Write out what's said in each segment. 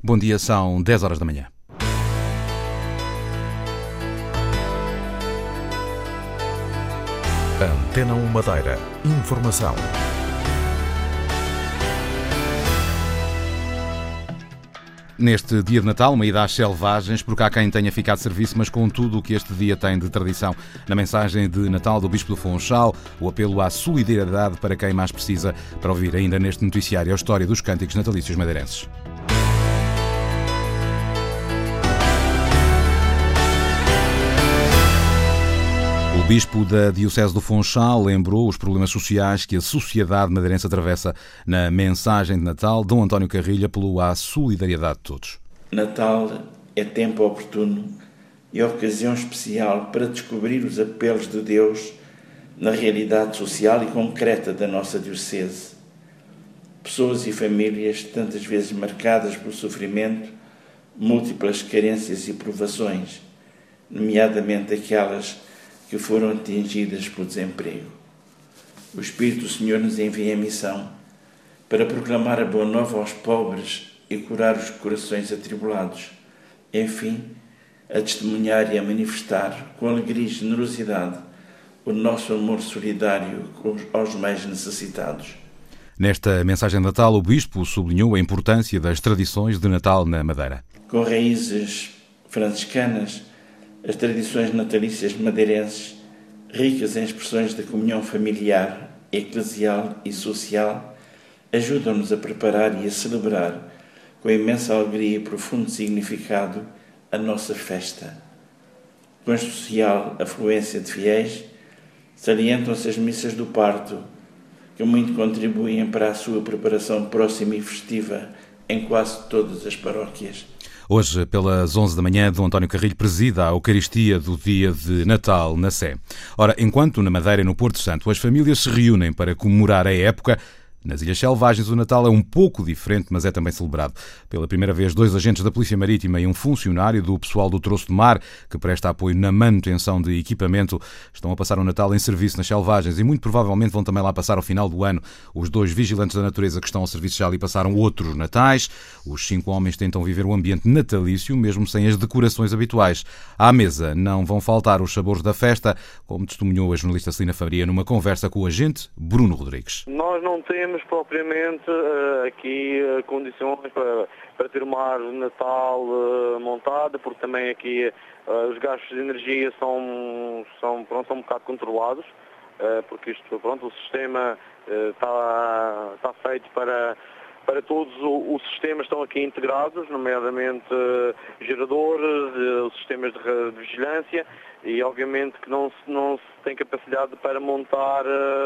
Bom dia, são 10 horas da manhã. Antena 1 Madeira. Informação. Neste dia de Natal, uma ida às selvagens, porque há quem tenha ficado de serviço, mas com tudo o que este dia tem de tradição. Na mensagem de Natal do Bispo do Funchal, o apelo à solidariedade para quem mais precisa, para ouvir ainda neste noticiário a história dos cânticos natalícios madeirenses. O Bispo da Diocese do Funchal lembrou os problemas sociais que a sociedade madeirense atravessa. Na mensagem de Natal, Dom António Carrilho apelou à solidariedade de todos. Natal é tempo oportuno e ocasião especial para descobrir os apelos de Deus na realidade social e concreta da nossa Diocese. Pessoas e famílias tantas vezes marcadas pelo sofrimento, múltiplas carências e provações, nomeadamente aquelas que foram atingidas pelo desemprego. O Espírito do Senhor nos envia em missão para proclamar a boa nova aos pobres e curar os corações atribulados. Enfim, a testemunhar e a manifestar com alegria e generosidade o nosso amor solidário aos mais necessitados. Nesta mensagem de Natal, o Bispo sublinhou a importância das tradições de Natal na Madeira. Com raízes franciscanas, as tradições natalícias madeirenses, ricas em expressões da comunhão familiar, eclesial e social, ajudam-nos a preparar e a celebrar, com imensa alegria e profundo significado, a nossa festa. Com a social afluência de fiéis, salientam-se as missas do parto, que muito contribuem para a sua preparação próxima e festiva em quase todas as paróquias. Hoje, pelas 11 da manhã, Dom António Carrilho presida a Eucaristia do dia de Natal na Sé. Ora, enquanto na Madeira e no Porto Santo as famílias se reúnem para comemorar a época, nas Ilhas Selvagens o Natal é um pouco diferente, mas é também celebrado. Pela primeira vez, 2 agentes da Polícia Marítima e um funcionário do pessoal do Troço do Mar, que presta apoio na manutenção de equipamento, estão a passar o Natal em serviço nas Selvagens e muito provavelmente vão também lá passar ao final do ano. Os 2 vigilantes da natureza que estão ao serviço já ali passaram outros natais. Os 5 homens tentam viver o ambiente natalício, mesmo sem as decorações habituais. À mesa não vão faltar os sabores da festa, como testemunhou a jornalista Celina Faria numa conversa com o agente Bruno Rodrigues. Nós não temos propriamente aqui condições para ter uma árvore de Natal montada, porque também aqui os gastos de energia são um bocado controlados, porque o sistema está feito para todos os sistemas estão aqui integrados, nomeadamente geradores, os sistemas de vigilância, e obviamente que não se tem capacidade para montar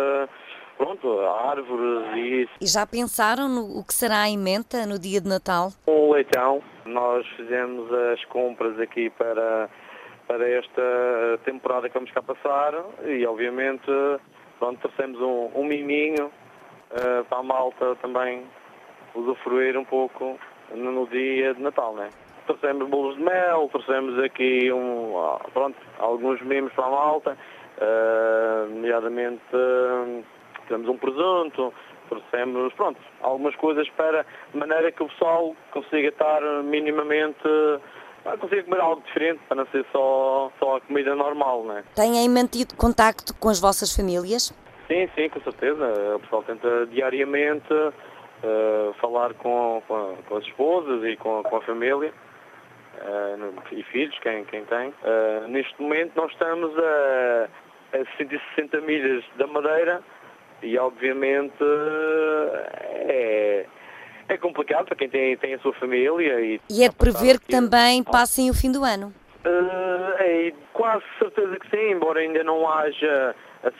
árvores e isso. E já pensaram no que será a emenda no dia de Natal? O leitão, nós fizemos as compras aqui para esta temporada que vamos cá passar e obviamente trouxemos um miminho para a malta também usufruir um pouco no dia de Natal, né? Trouxemos bolos de mel, trouxemos aqui alguns mimos para a malta, nomeadamente temos um presunto, trouxemos algumas coisas de maneira que o pessoal consiga estar minimamente, consiga comer algo diferente, para não ser só a comida normal, né? Têm mantido contacto com as vossas famílias? Sim, com certeza. O pessoal tenta diariamente falar com as esposas e com a família e filhos, quem tem. Neste momento nós estamos a 160 milhas da Madeira e obviamente é complicado para quem tem a sua família. E é de prever que também passem o fim do ano? É quase certeza que sim, embora ainda não haja a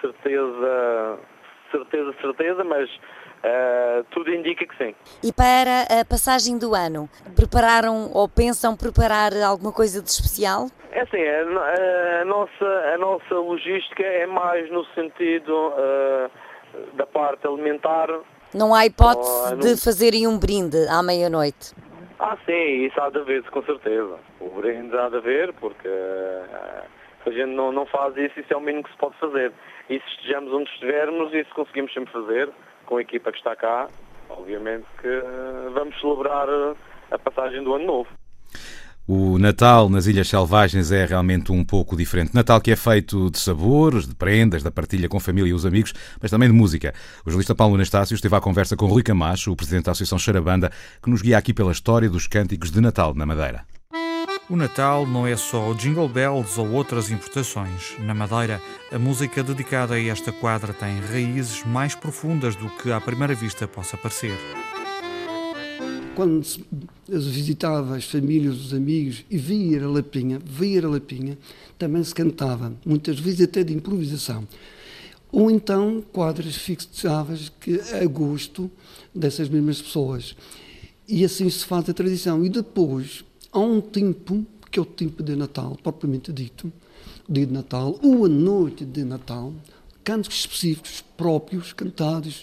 certeza, mas tudo indica que sim. E para a passagem do ano, prepararam ou pensam preparar alguma coisa de especial? É assim, a nossa logística é mais no sentido da parte alimentar. Não há hipótese de fazerem um brinde à meia-noite? Sim, isso há de haver, com certeza. O brinde há de haver, porque se a gente não faz isso é o mínimo que se pode fazer. E se estejamos onde estivermos, isso conseguimos sempre fazer, com a equipa que está cá. Obviamente que vamos celebrar a passagem do Ano Novo. O Natal nas Ilhas Selvagens é realmente um pouco diferente. Natal que é feito de sabores, de prendas, da partilha com a família e os amigos, mas também de música. O jornalista Paulo Anastácio esteve à conversa com Rui Camacho, o presidente da Associação Charabanda, que nos guia aqui pela história dos cânticos de Natal na Madeira. O Natal não é só Jingle Bells ou outras importações. Na Madeira, a música dedicada a esta quadra tem raízes mais profundas do que à primeira vista possa parecer. Quando se visitava as famílias, os amigos e via a lapinha, também se cantava, muitas vezes até de improvisação. Ou então quadras fixadas que a gosto dessas mesmas pessoas. E assim se faz a tradição. E depois há um tempo, que é o tempo de Natal, propriamente dito, o dia de Natal, ou a noite de Natal, cantos específicos próprios, cantados,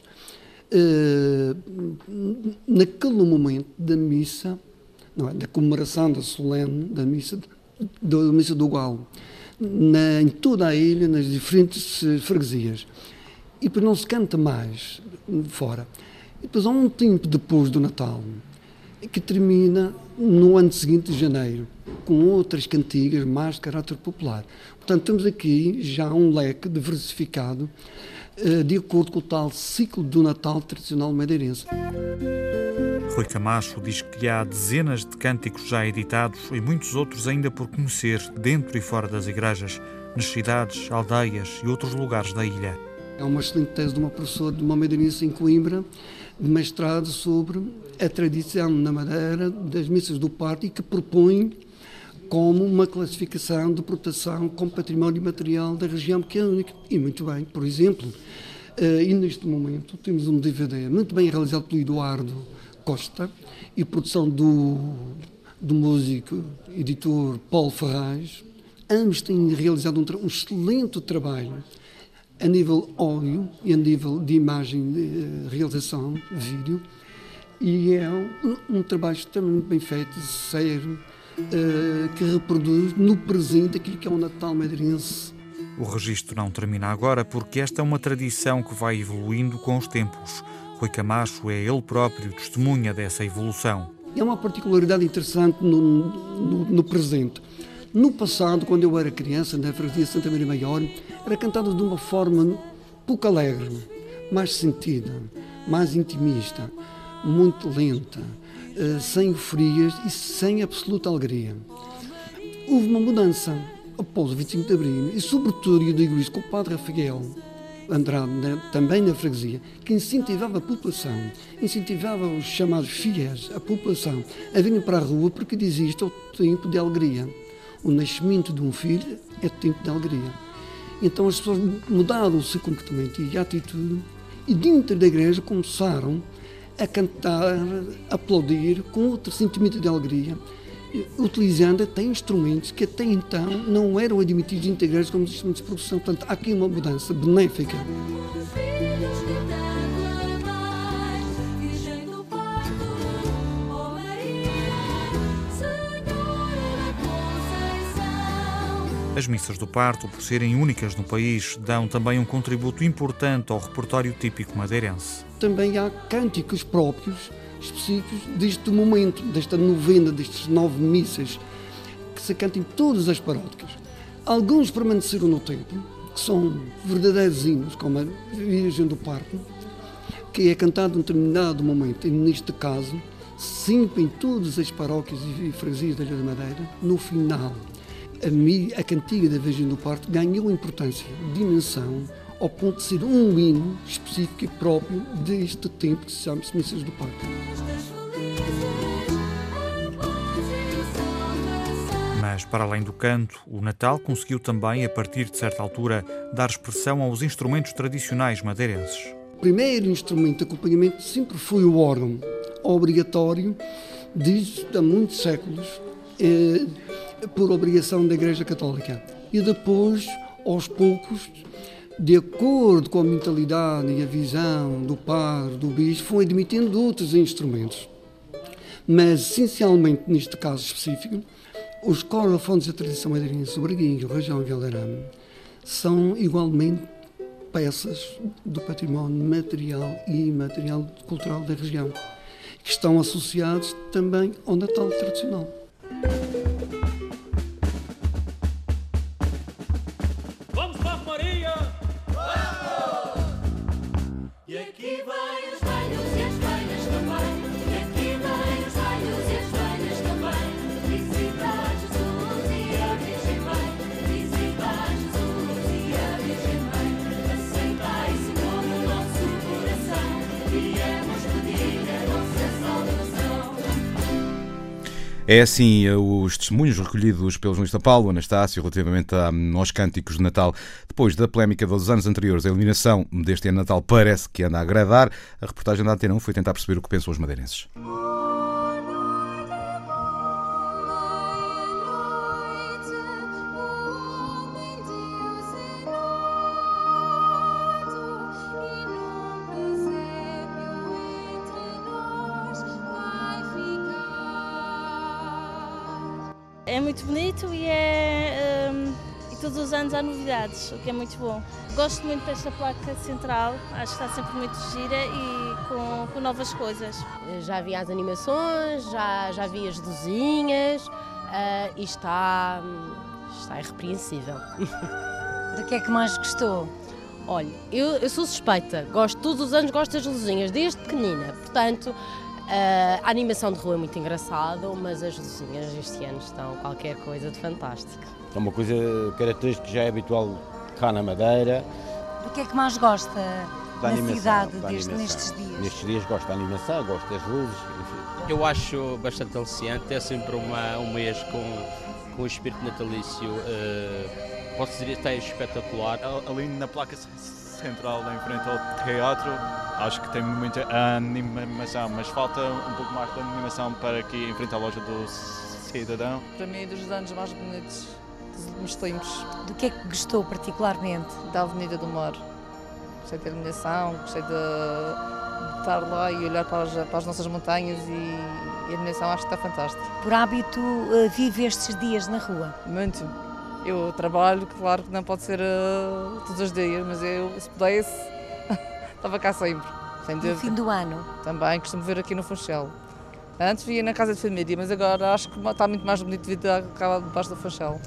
naquele momento da missa, não é, da comemoração da solene da missa do Galo, em toda a ilha, nas diferentes freguesias. E depois não se canta mais fora. E depois há um tempo depois do Natal, que termina no ano seguinte de janeiro, com outras cantigas mais de caráter popular. Portanto, temos aqui já um leque diversificado de acordo com o tal ciclo do Natal tradicional madeirense. Rui Camacho diz que há dezenas de cânticos já editados e muitos outros ainda por conhecer dentro e fora das igrejas, nas cidades, aldeias e outros lugares da ilha. É uma excelente tese de uma professora de uma madeirense em Coimbra, de mestrado sobre a tradição na Madeira das missas do parto e que propõe como uma classificação de proteção como património material da região, que é única. E muito bem, por exemplo, e neste momento temos um DVD muito bem realizado pelo Eduardo Costa e produção do músico, editor Paulo Ferraz. Ambos têm realizado um excelente trabalho a nível áudio e a nível de imagem, de realização, vídeo, e é um trabalho extremamente bem feito, sério, que reproduz no presente aquilo que é o Natal madeirense. O registro não termina agora porque esta é uma tradição que vai evoluindo com os tempos. Rui Camacho é ele próprio testemunha dessa evolução. É uma particularidade interessante no presente. No passado, quando eu era criança, na freguesia de Santa Maria Maior, era cantado de uma forma pouco alegre, mais sentida, mais intimista, muito lenta, sem euforias e sem absoluta alegria. Houve uma mudança após o 25 de Abril e, sobretudo, eu digo isso com o padre Rafael Andrade, também na freguesia, que incentivava a população, incentivava os chamados fiéis, a população, a virem para a rua porque dizia isto é o tempo de alegria. O nascimento de um filho é tempo de alegria. Então as pessoas mudaram o seu comportamento e a atitude e dentro da igreja começaram a cantar, a aplaudir com outro sentimento de alegria, utilizando até instrumentos que até então não eram admitidos dentro da igreja como instrumentos de produção. Portanto, há aqui uma mudança benéfica. As missas do parto, por serem únicas no país, dão também um contributo importante ao repertório típico madeirense. Também há cânticos próprios, específicos deste momento, desta novena, destas 9 missas, que se cantam em todas as paróquias. Alguns permaneceram no tempo, que são verdadeiros hinos, como a Virgem do Parto, que é cantado em determinado momento, e neste caso, sempre em todas as paróquias e freguesias da Ilha da Madeira, no final. A cantiga da Virgem do Parto ganhou importância, dimensão, ao ponto de ser um hino específico e próprio deste tempo que se chama Missas do Parto. Mas, para além do canto, o Natal conseguiu também, a partir de certa altura, dar expressão aos instrumentos tradicionais madeirenses. O primeiro instrumento de acompanhamento sempre foi o órgão, obrigatório, desde há muitos séculos, por obrigação da Igreja Católica. E depois, aos poucos, de acordo com a mentalidade e a visão do padre, do bispo, foi admitindo outros instrumentos. Mas, essencialmente, neste caso específico, os cordofones da tradição madeirense, o Braguinho, o Rajão e o Velharame, são igualmente peças do património material e imaterial cultural da região, que estão associados também ao Natal tradicional. Vamos para a Maria! E aqui vem os velhos e as velhas também. E aqui vem os velhos e as velhas também. Visita Jesus e a Virgem Mãe. Visita Jesus e a Virgem Mãe. Aceitai, Senhor, o nosso coração. Viemos pedir a nossa salvação. É assim os testemunhos recolhidos pelo jornalista Paulo Anastácio relativamente aos cânticos de Natal. Depois da polémica dos anos anteriores, a eliminação deste ano de Natal parece que anda a agradar. A reportagem da Antena 1 foi tentar perceber o que pensam os madeirenses. É muito bonito e todos os anos há novidades, o que é muito bom. Gosto muito desta placa central, acho que está sempre muito gira e com novas coisas. Já vi as animações, já vi as luzinhas e está irrepreensível. Do que é que mais gostou? Olha, eu sou suspeita, todos os anos gosto das luzinhas, desde pequenina, portanto... A animação de rua é muito engraçada, mas as luzinhas este ano estão qualquer coisa de fantástico. É uma coisa característica que já é habitual cá na Madeira. Do que é que mais gosta da na cidade nestes dias? Nestes dias gosto da animação, gosto das luzes, enfim. Eu acho bastante aliciante, é sempre um mês com o espírito natalício, posso dizer até espetacular. Ali na placa central em frente ao teatro, acho que tem muita animação, mas falta um pouco mais de animação para aqui em frente à loja do Cidadão. Para mim é dos anos mais bonitos dos últimos tempos. Do que é que gostou particularmente? Da Avenida do Mar. Gostei da iluminação, gostei de estar lá e olhar para as nossas montanhas e a iluminação acho que está fantástica. Por hábito, vive estes dias na rua? Muito. Eu trabalho, claro que não pode ser todos os dias, mas eu, se pudesse, estava cá sempre, sem dúvida. No fim do ano? Também, costumo ver aqui no Funchal. Antes via na casa de família, mas agora acho que está muito mais bonito vir cá debaixo do Funchal.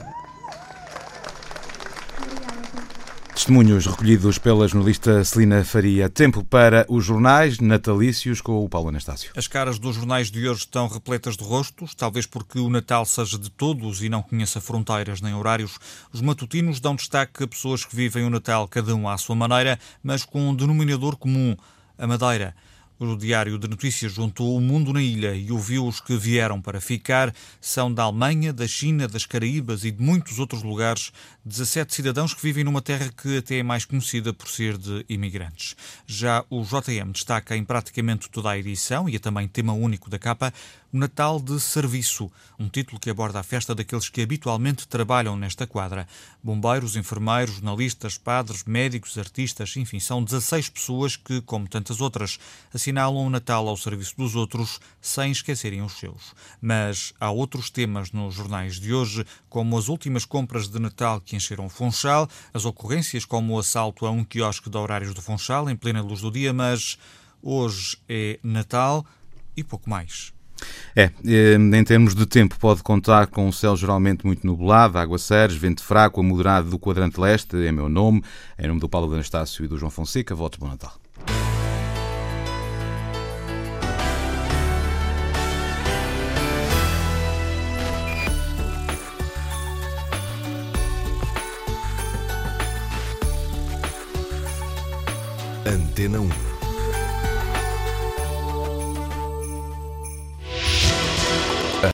Testemunhos recolhidos pela jornalista Celina Faria. Tempo para os jornais natalícios com o Paulo Anastácio. As caras dos jornais de hoje estão repletas de rostos, talvez porque o Natal seja de todos e não conheça fronteiras nem horários. Os matutinos dão destaque a pessoas que vivem o Natal cada um à sua maneira, mas com um denominador comum, a Madeira. O Diário de Notícias juntou o mundo na ilha e ouviu os que vieram para ficar. São da Alemanha, da China, das Caraíbas e de muitos outros lugares. 17 cidadãos que vivem numa terra que até é mais conhecida por ser de imigrantes. Já o JM destaca em praticamente toda a edição, e é também tema único da capa, o Natal de Serviço, um título que aborda a festa daqueles que habitualmente trabalham nesta quadra. Bombeiros, enfermeiros, jornalistas, padres, médicos, artistas, enfim, são 16 pessoas que, como tantas outras, assinalam o Natal ao serviço dos outros, sem esquecerem os seus. Mas há outros temas nos jornais de hoje, como as últimas compras de Natal que encheram o Funchal, as ocorrências como o assalto a um quiosque de horários do Funchal, em plena luz do dia, mas hoje é Natal e pouco mais. Em termos de tempo, pode contar com um céu geralmente muito nublado, aguaceiros, vento fraco a moderado do quadrante leste, em meu nome, em nome do Paulo Anastácio e do João Fonseca. Votos, bom Natal. Antena 1.